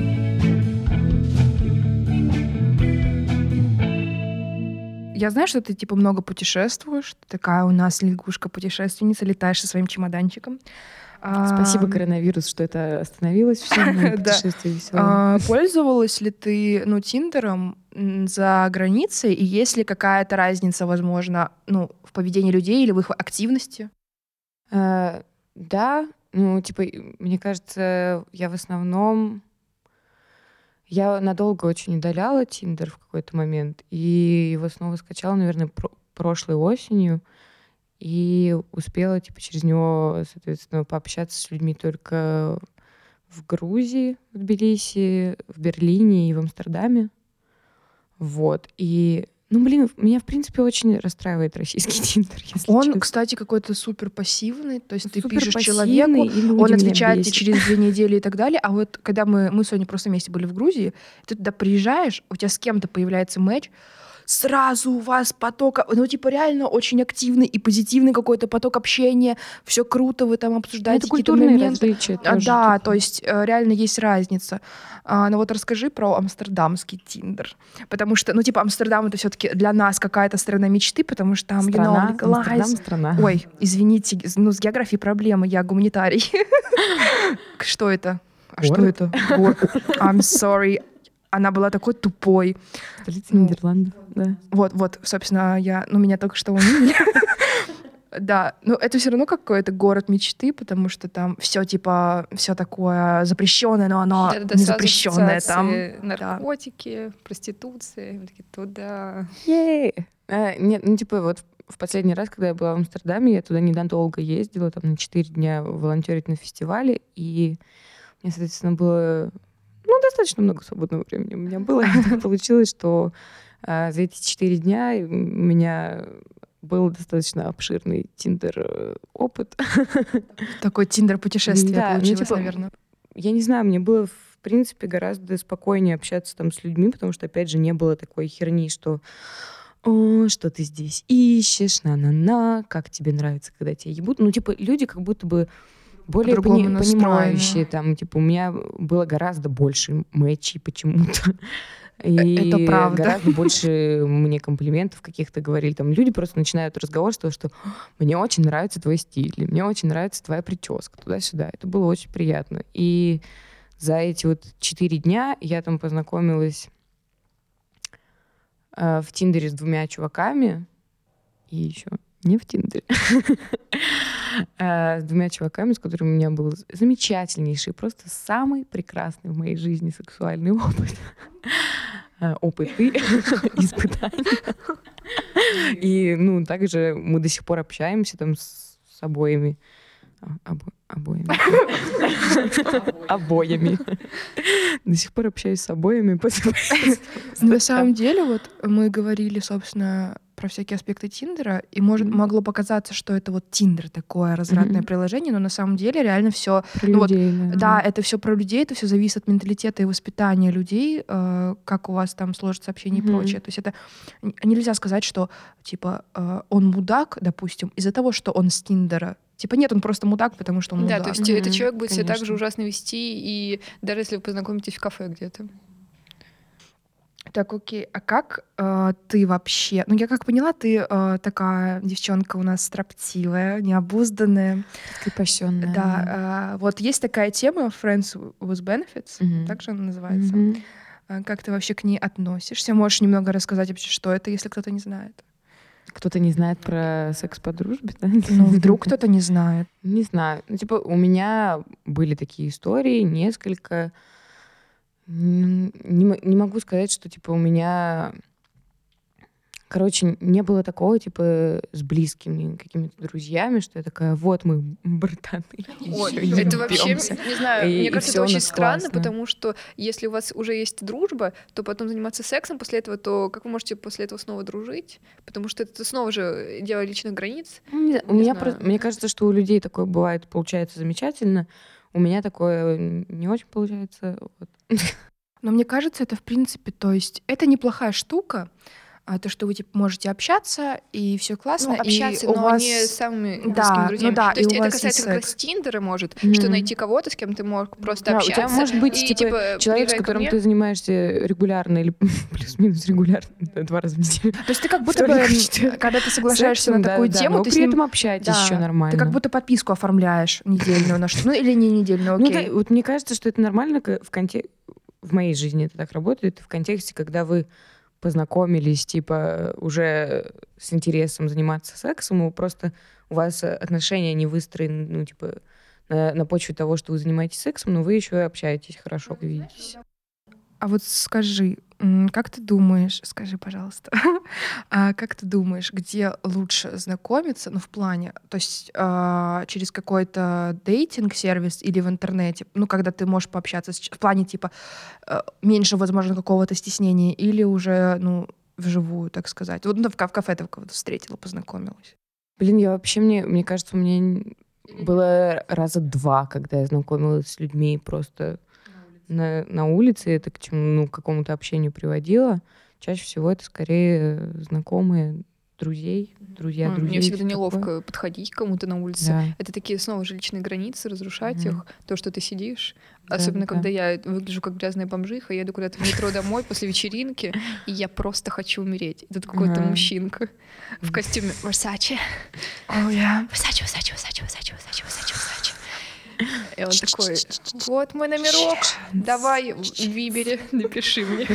Я знаю, что ты, типа, много путешествуешь, ты такая у нас лягушка-путешественница, летаешь со своим чемоданчиком. Спасибо, А, коронавирус, что это остановилось все, мои Да. путешествия веселые. а, Пользовалась ли ты, ну, Тиндером м, за границей, и есть ли какая-то разница, возможно, ну, в поведении людей или в их активности? Э, Да, ну, типа, и мне кажется, я в основном... Я надолго очень удаляла Тиндер в какой-то момент, и его снова скачала, наверное, про- прошлой осенью, и успела, типа, через него, соответственно, пообщаться с людьми только в Грузии, в Тбилиси, в Берлине и в Амстердаме. Вот. И, ну, блин, меня, в принципе, очень расстраивает российский Тиндер, если Он, честно. кстати, какой-то супер пассивный, то есть ты Супер пишешь пассивный, человеку, и люди он меня отвечает тебе бесят. через две недели и так далее. А вот когда мы, мы сегодня просто вместе были в Грузии, ты туда приезжаешь, у тебя с кем-то появляется матч, сразу у вас поток, ну, типа, реально очень активный и позитивный какой-то поток общения, все круто, вы там Ну, обсуждаете это какие-то культурные моменты. различия А, тоже. Да, типа. то есть э, реально есть разница. А, ну вот расскажи про амстердамский Тиндер. Потому что, ну, типа, Амстердам — это все-таки для нас какая-то страна мечты, потому что там, you know, Страна, legalize. Амстердам страна. Ой, извините, ну, с географией проблемы, я гуманитарий. Что это? А что Город? это? Город. I'm sorry. Она была такой тупой. Столица Ну, Нидерландов, да. Вот, вот, собственно, я, ну, меня только что унизили. Да, но это все равно какой-то город мечты, потому что там все типа, все такое запрещенное, но оно Да-да-да, не сразу запрещенное там. ассоциации Да. наркотики, проституция, мы такие, туда. Ей! А, нет, ну типа вот в последний раз, когда я была в Амстердаме, я туда недолго ездила, там на четыре дня волонтерить на фестивале, и мне, соответственно, было ну, достаточно много свободного времени у меня было. И так получилось, что а, за эти четыре дня у меня был достаточно обширный тиндер-опыт. Такой тиндер-путешествие Да, ну, получилось, типа, наверное. Я не знаю, мне было, в принципе, гораздо спокойнее общаться там с людьми, потому что, опять же, не было такой херни, что «О, что ты здесь ищешь? На-на-на, как тебе нравится, когда тебя ебут?» Ну, типа, люди как будто бы более По-другому пони- настроены. понимающие. Там, типа, у меня было гораздо больше мэтчей почему-то. И это правда. гораздо больше мне комплиментов каких-то говорили. Там люди просто начинают разговор с того, что «мне очень нравится твой стиль», или «мне очень нравится твоя прическа», туда-сюда. Это было очень приятно. И за эти вот четыре дня я там познакомилась э, в Тиндере с двумя чуваками и еще не в Тиндере. Э, С двумя чуваками, с которыми у меня был замечательнейший, просто самый прекрасный в моей жизни сексуальный опыт. Э, Опыты, испытания. И, ну, также мы до сих пор общаемся там с с обоими. А- обо- Обоями. Обоями. До сих пор общаюсь с обоями. На самом деле, вот мы говорили, собственно, про всякие аспекты Тиндера, и может, Мгм. могло показаться, что это вот Тиндер такое развратное Мгм. приложение, но на самом деле реально все, Про ну вот, людей, да, это все про людей, это все зависит от менталитета и воспитания людей, э, как у вас там сложится общение Мгм. и прочее. То есть это н- нельзя сказать, что типа э, он мудак, допустим, из-за того, что он с Тиндера. Типа нет, он просто мудак, потому что он Да, мудак. то есть этот Мгм, человек будет себя так же конечно. ужасно вести, и даже если вы познакомитесь в кафе где-то. Так, окей. А как э, ты вообще... Ну, я как поняла, ты э, такая девчонка у нас строптивая, необузданная. Крепощённая. Да, э, вот есть такая тема Friends with Benefits, Мгм. так же она называется. Мгм. Э, Как ты вообще к ней относишься? Можешь немного рассказать вообще, что это, если кто-то не знает? Кто-то не знает про секс по дружбе, да? Ну, вдруг кто-то не знает. Не знаю. Ну, типа, у меня были такие истории, несколько. М, Не, м- не могу сказать, что, типа, у меня... Короче, не было такого, типа, с близкими какими-то друзьями, что я такая, вот мы, братаны, Ой, ещё это вообще, ебёмся. не знаю, И- мне и кажется, всё это у очень нас странно, классно. потому что если у вас уже есть дружба, то потом заниматься сексом после этого, то как вы можете после этого снова дружить? Потому что это снова же дело личных границ. Ну, не знаю, у Не меня знаю. просто, мне кажется, что у людей такое бывает, получается замечательно. У меня такое не очень получается. Вот. Но мне кажется, это в принципе, то есть это неплохая штука, а, то, что вы типа можете общаться, и все классно, Ну, общаться, и у но вас... не с самыми Да, близкими ну друзьями. да, То и есть у это вас касается есть как раз секс. Тиндера, может, Мгм. что найти кого-то, с кем ты можешь просто Да, у общаться. тебя может быть и, типа, человек, с приезжай ко которым мне. ты занимаешься регулярно или плюс-минус регулярно, да, два раза в неделю. То есть ты как будто бы, Вторник, м, четверг. когда ты соглашаешься Сексом, на такую да, да, тему, но ты с при ним... этом общаетесь Да, еще нормально. ты как будто подписку оформляешь недельную на что... Ну или не недельную, Ну окей. да, вот мне кажется, что это нормально к- в конте... в моей жизни это так работает, в контексте, когда вы познакомились, типа, уже с интересом заниматься сексом, и просто у вас отношения не выстроены, ну, типа, на, на почве того, что вы занимаетесь сексом, но вы еще и общаетесь хорошо, вы видитесь. А вот скажи, м, как ты думаешь, скажи, пожалуйста, а как ты думаешь, где лучше знакомиться, ну, в плане, то есть а, через какой-то дейтинг-сервис или в интернете, ну, когда ты можешь пообщаться, с ч- в плане, типа, э, меньше, возможно, какого-то стеснения, или уже, ну, вживую, так сказать. Вот ну, в, ка- в кафе ты кого-то встретила, познакомилась. Блин, я вообще, мне, мне кажется, у меня н- было раза два, когда я знакомилась с людьми просто на, на улице, это к чему, ну, к какому-то общению приводило. Чаще всего это скорее знакомые друзей, друзья М, друзей. Мне всегда всё неловко такое. подходить к кому-то на улице. Да. Это такие снова же личные границы, разрушать Мгм. их, то, что ты сидишь. Да, Особенно, да. когда я выгляжу как грязная бомжиха, еду куда-то в метро домой после вечеринки, и я просто хочу умереть. И тут какой-то Ага. мужчинка в костюме Versace. О, я... Versace, Versace, Versace, Versace, Versace, Versace, Versace. И он такой, вот мой номерок, давай в Вибере напиши мне.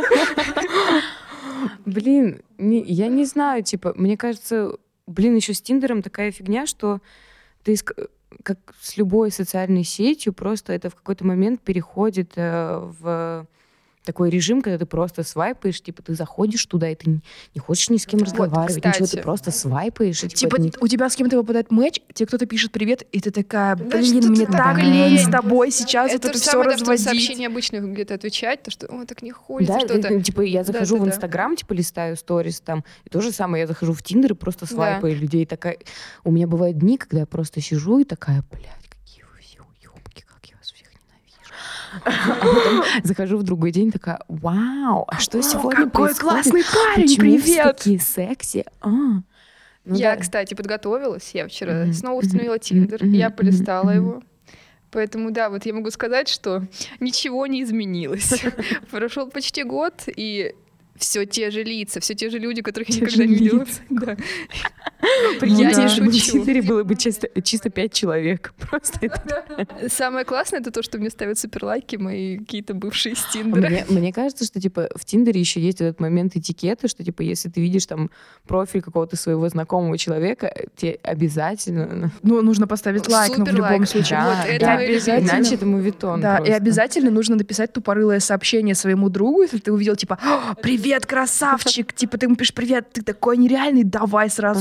Блин, не- я не знаю, типа, мне кажется, блин, еще с Тиндером такая фигня, что ты ск- как с любой социальной сетью, просто это в какой-то момент переходит э, в такой режим, когда ты просто свайпаешь, типа, ты заходишь туда, и ты не, не хочешь ни с кем Вот, разговаривать, ничего, ты кстати. просто свайпаешь. И, Типа, это не- у тебя с кем-то выпадает матч, тебе кто-то пишет привет, и ты такая, Да блин, что мне ты так такая? лень с тобой сейчас вот Это это же все самое, да, в том разводить. сообщении обычно где-то отвечать, то что, о, так не хочется Да, что-то. э, типа, я захожу в Да-да-да. Инстаграм, типа, листаю сторис там, и то же самое, я захожу в Тиндер и просто Да. свайпаю людей. Такая... У меня бывают дни, когда я просто сижу и такая, блядь, какие вы все уёбки, как я вас всех ненавижу. А потом захожу в другой день, такая, вау, а что сегодня Какой происходит? классный парень, Почему все привет! такие секси? А. Ну Я, да. кстати, подготовилась. Я вчера Мгм. снова Мгм. установила Тиндер. Мгм. Я Мгм. полистала Мгм. его. Поэтому, да, вот я могу сказать, что ничего не изменилось. Прошел почти год, и все те же лица, все те же люди, которых я Те никогда же не видела. лица. Да. Прикиньте, Я не если бы в шучу. Тиндере было бы чисто, чисто пять человек. Просто это... Самое классное — это то, что мне ставят суперлайки мои какие-то бывшие из А Тиндера. Мне, мне кажется, что типа в Тиндере еще есть этот момент этикета, что типа если ты видишь там профиль какого-то своего знакомого человека, тебе обязательно... Ну, нужно поставить лайк, ну, в любом Суперлайк. случае. Вот, Да, это да. мои обязательно. любимые. Иначе это мувитон Да, и просто. обязательно нужно написать тупорылое сообщение своему другу, если ты увидел, типа, «О, привет, красавчик, типа, ты ему пишешь, привет, ты такой нереальный, давай сразу Ага. трахаться.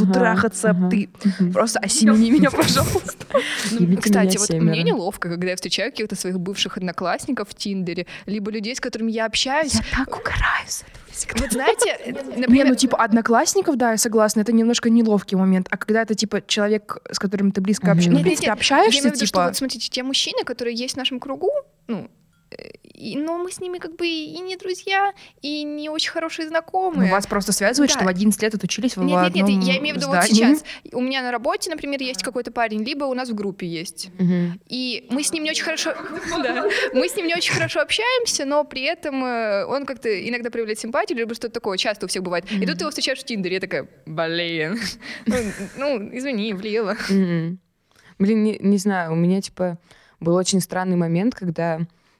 хацапты. Просто осемени меня, пожалуйста. Ну, кстати, вот мне неловко, когда я встречаю каких-то своих бывших одноклассников в Тиндере, либо людей, с которыми я общаюсь. Я так угораю с этого всегда. Вот знаете, например... Не, ну типа одноклассников, да, я согласна, это немножко неловкий момент. А когда это типа человек, с которым ты близко общаешься, ну, в принципе, общаешься, я имею в виду, типа... что вот смотрите, те мужчины, которые есть в нашем кругу, ну, И, но мы с ними как бы и не друзья, и не очень хорошие знакомые. Ну, вас просто связывает, да. что в одиннадцать лет отучились в нет, одном Нет, нет, я имею в виду здании. вот сейчас. У меня на работе, например, есть какой-то парень, либо у нас в группе есть. Угу. И мы с ним не очень хорошо... да, мы с ним не очень хорошо общаемся, но при этом он как-то иногда проявляет симпатию, либо что-то такое, часто у всех бывает. И тут ты его встречаешь в Тиндере, я такая, блин, ну, ну извини, влила. Блин, не, не знаю, у меня, типа, был очень странный момент, когда...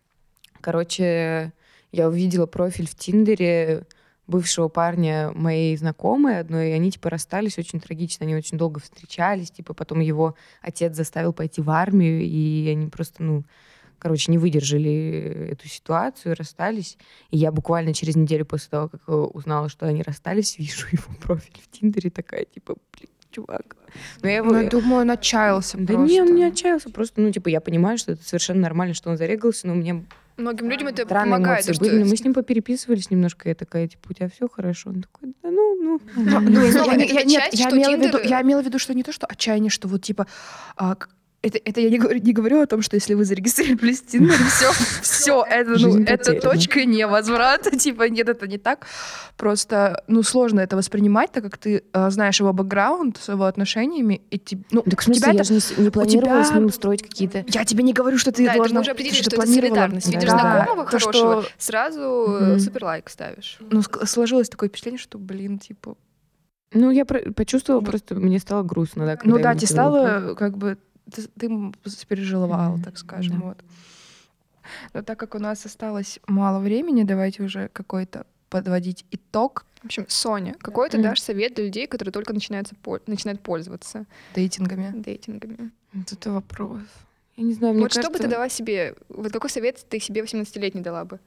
Короче, я увидела профиль в Тиндере бывшего парня моей знакомой одной, и они, типа, расстались очень трагично. Они очень долго встречались, типа, потом его отец заставил пойти в армию, и они просто, ну, короче, не выдержали эту ситуацию, расстались. И я буквально через неделю после того, как узнала, что они расстались, вижу его профиль в Тиндере, такая, типа, блин, чувак. Но я, его... ну, я думаю, он отчаялся да просто. Не, он не отчаялся, просто, ну, типа, я понимаю, что это совершенно нормально, что он зарегался, но мне... Многим людям это Странные помогает. Эмоции были, но мы с ним попереписывались немножко, я такая, типа, у тебя все хорошо? Он такой, да ну, ну. ну, ну я, я, я, нет, я, имела Tinder... виду, я имела в виду, что не то, что отчаяние, что вот, типа, а, это, это я не говорю, не говорю о том, что если вы зарегистрировались в Тиндере, все, все, это, ну, это точка невозврата, типа, нет, это не так. Просто, ну, сложно это воспринимать, так как ты а, знаешь его бэкграунд с его отношениями, и тебе, ну, так в смысле, я это, же не, не планировала тебя... с ним устроить какие-то... Я тебе не говорю, что ты да, должна... Да, ты уже определили, что, что это солидарность. Видишь да. знакомого то, хорошего, что... сразу mm-hmm. супер лайк ставишь. Ну, сложилось такое впечатление, что, блин, типа... Ну, я про- почувствовала, вот. Просто мне стало грустно, да, когда ну да, тебе стало, как бы, ты, ты переживала, mm-hmm. так скажем, да. вот. Но так как у нас осталось мало времени, давайте уже какой-то подводить итог. В общем, Соня, какой ты mm-hmm. дашь совет для людей, которые только начинают, начинают пользоваться дейтингами? Дейтингами. Вот это вопрос. Я не знаю, мне вот кажется... что бы ты дала себе, вот какой совет ты себе восемнадцатилетней дала бы?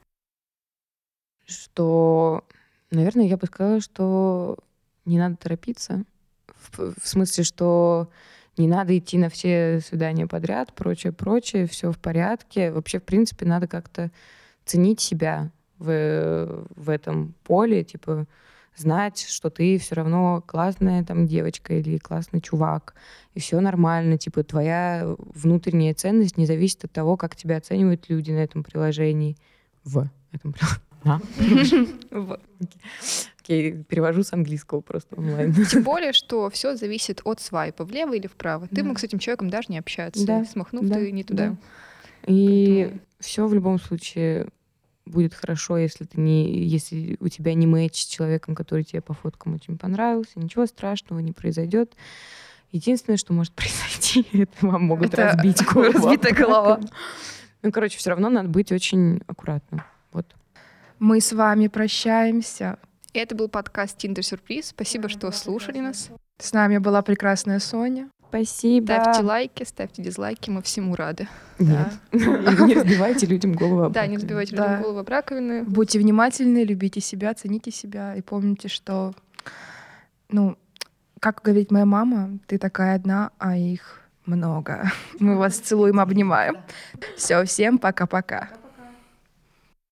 Что, наверное, я бы сказала, что не надо торопиться. В, в смысле, что не надо идти на все свидания подряд, прочее, прочее, все в порядке. Вообще, в принципе, надо как-то ценить себя в, в этом поле, типа знать, что ты все равно классная там девочка или классный чувак, и все нормально. Типа твоя внутренняя ценность не зависит от того, как тебя оценивают люди на этом приложении. В этом приложении. Окей, перевожу с английского просто онлайн. Тем более, что все зависит от свайпа, влево или вправо. Ты мог с этим человеком даже не общаться, да, смахнув да, ты не туда. Да. И Поэтому... все в любом случае будет хорошо, если ты не, если у тебя не мэч с человеком, который тебе по фоткам очень понравился. Ничего страшного не произойдет. Единственное, что может произойти, это вам могут это разбить голову. Разбитая голова. Ну, короче, все равно надо быть очень аккуратным. Вот. Мы с вами прощаемся. Это был подкаст Tinder Сюрприз. Спасибо, что слушали нас. С нами была прекрасная Соня. Спасибо. Ставьте лайки, ставьте дизлайки, мы всему рады. Нет. Не разбивайте людям голову об раковину. Да, не разбивайте людям голову об раковину. Будьте внимательны, любите себя, цените себя и помните, что, ну, как говорит моя мама, ты такая одна, а их много. Мы вас целуем, обнимаем. Все, всем пока-пока.